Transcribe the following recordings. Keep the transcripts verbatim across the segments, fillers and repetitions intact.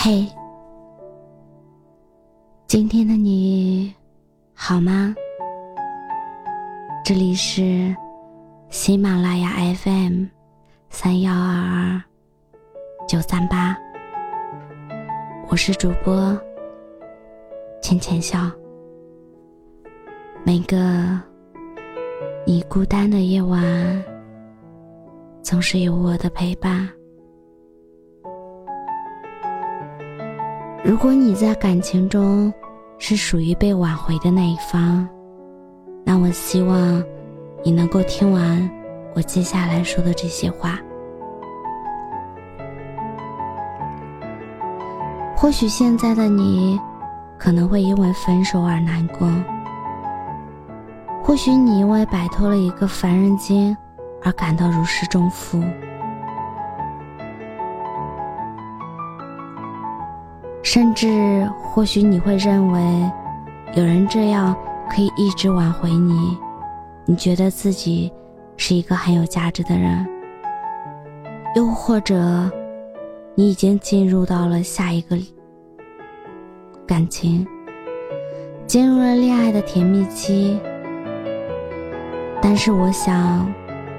嘿，今天的你好吗？这里是喜马拉雅 F M 三幺二二九三八，我是主播浅浅笑。每个你孤单的夜晚，总是有我的陪伴。如果你在感情中是属于被挽回的那一方，那我希望你能够听完我接下来说的这些话。或许现在的你可能会因为分手而难过，或许你因为摆脱了一个烦人精而感到如释重负，甚至或许你会认为有人这样可以一直挽回你，你觉得自己是一个很有价值的人。又或者你已经进入到了下一个感情，进入了恋爱的甜蜜期，但是我想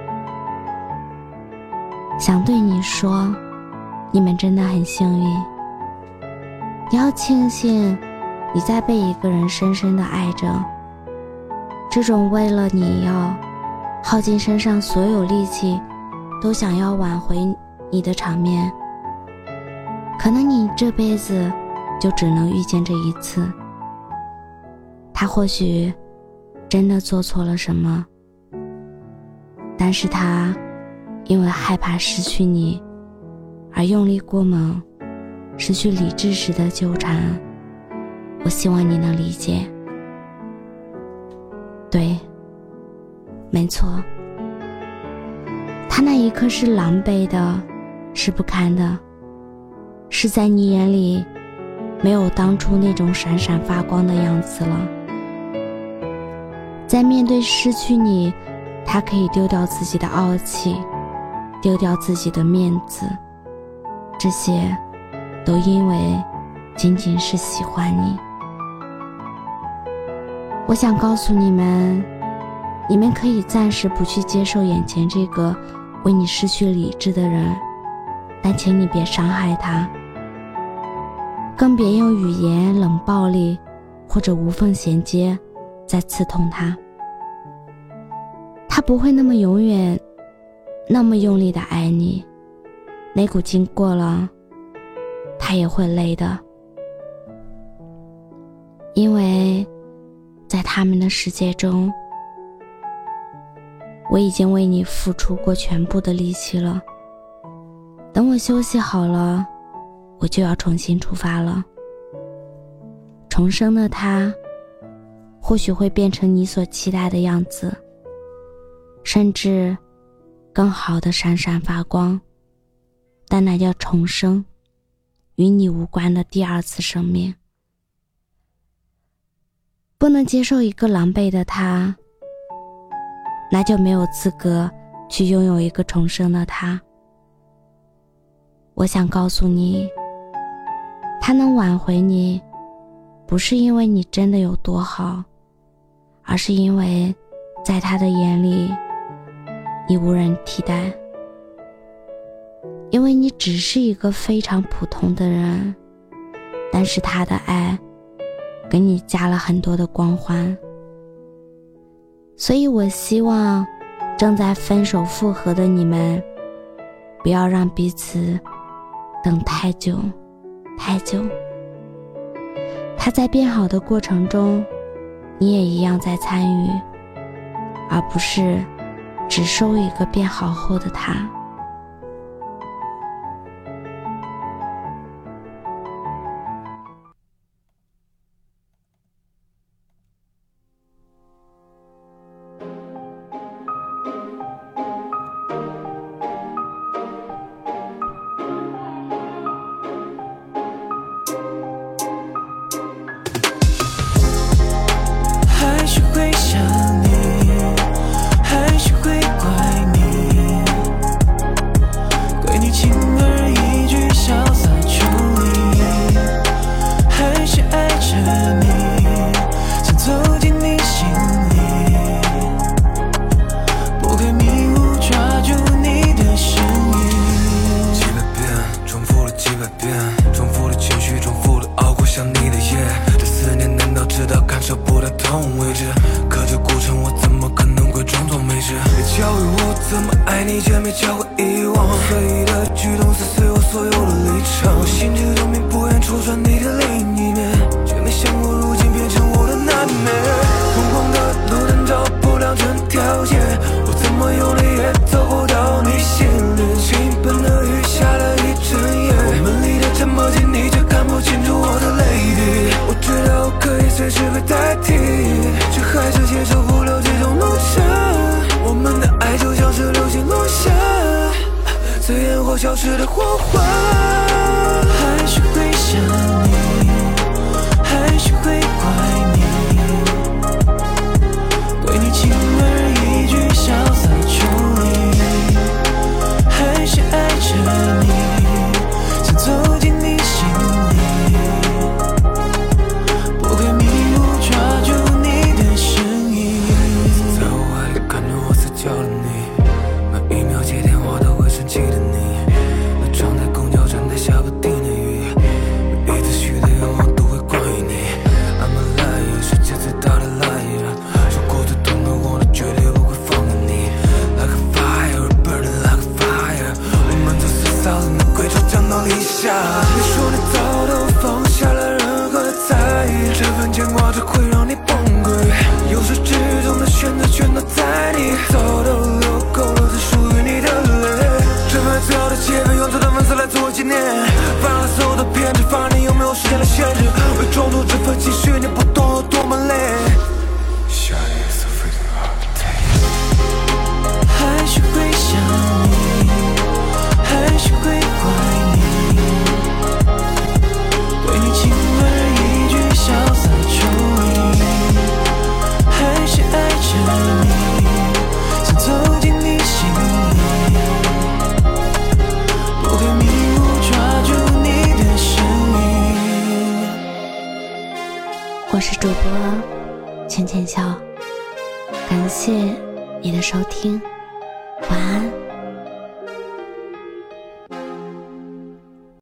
想对你说，你们真的很幸运。你要庆幸你在被一个人深深的爱着，这种为了你要耗尽身上所有力气都想要挽回你的场面，可能你这辈子就只能遇见这一次。他或许真的做错了什么，但是他因为害怕失去你而用力过猛，失去理智时的纠缠，我希望你能理解。对，没错，他那一刻是狼狈的，是不堪的，是在你眼里没有当初那种闪闪发光的样子了。在面对失去你，他可以丢掉自己的傲气，丢掉自己的面子，这些都因为仅仅是喜欢你。我想告诉你们，你们可以暂时不去接受眼前这个为你失去理智的人，但请你别伤害他，更别用语言冷暴力或者无缝衔接再刺痛他。他不会那么永远那么用力的爱你，那股劲过了，他也会累的。因为在他们的世界中，我已经为你付出过全部的力气了。等我休息好了，我就要重新出发了。重生的他或许会变成你所期待的样子，甚至更好的闪闪发光，但那叫重生，与你无关的第二次生命。不能接受一个狼狈的他，那就没有资格去拥有一个重生的他。我想告诉你，他能挽回你，不是因为你真的有多好，而是因为在他的眼里你无人替代，因为你只是一个非常普通的人，但是他的爱给你加了很多的光环。所以我希望正在分手复合的你们，不要让彼此等太久太久。他在变好的过程中，你也一样在参与，而不是只收一个变好后的他。 许会想你，还是会怪你， 你却没教我遗忘，随意的举动撕碎我所有的立场。我心知肚明，不愿戳穿你的另一面，却没想过如今变成我的难免。疯狂的路灯照不亮整条街，我怎么用力也走不到你心里。倾盆的雨下了一整夜，我们离得这么近，你却看不清楚我的泪滴。我知道我可以随时被代替，却还是接受不了这种落差。我们的爱就像是流星落下，随烟火消失的火花。还是会想你，还是会怪你，对你轻而易举潇洒处理，还是爱着你，想走进你心里，不该迷雾抓住你的身影。在我怀里看着我死角的你，每一秒接电话都会生气的你，那常在公交站台下不停的雨，每一次许的愿望都会关于你。I'm a liar， 世界最大的 liar， 受过最痛的我绝对不会放过你。Like a fire， burning like a fire， 我们从四嫂子的贵州降到零下。你说你早都放下了任何在意，这份牵挂只会让你崩溃。由始至终的选择全都在你，早都流够了只属于你的泪。这份最好的气氛用这段文字来做纪念，放了所有的偏执，放任你有没有时间的限制，为装出这份情绪，你不懂有多么累。还是会想你，还是会怪你，对你轻而易举潇洒处理，还是爱着你，想走进你心里，不该迷雾抓住你的身影。 我是主播浅浅笑，感谢你的收听，晚安。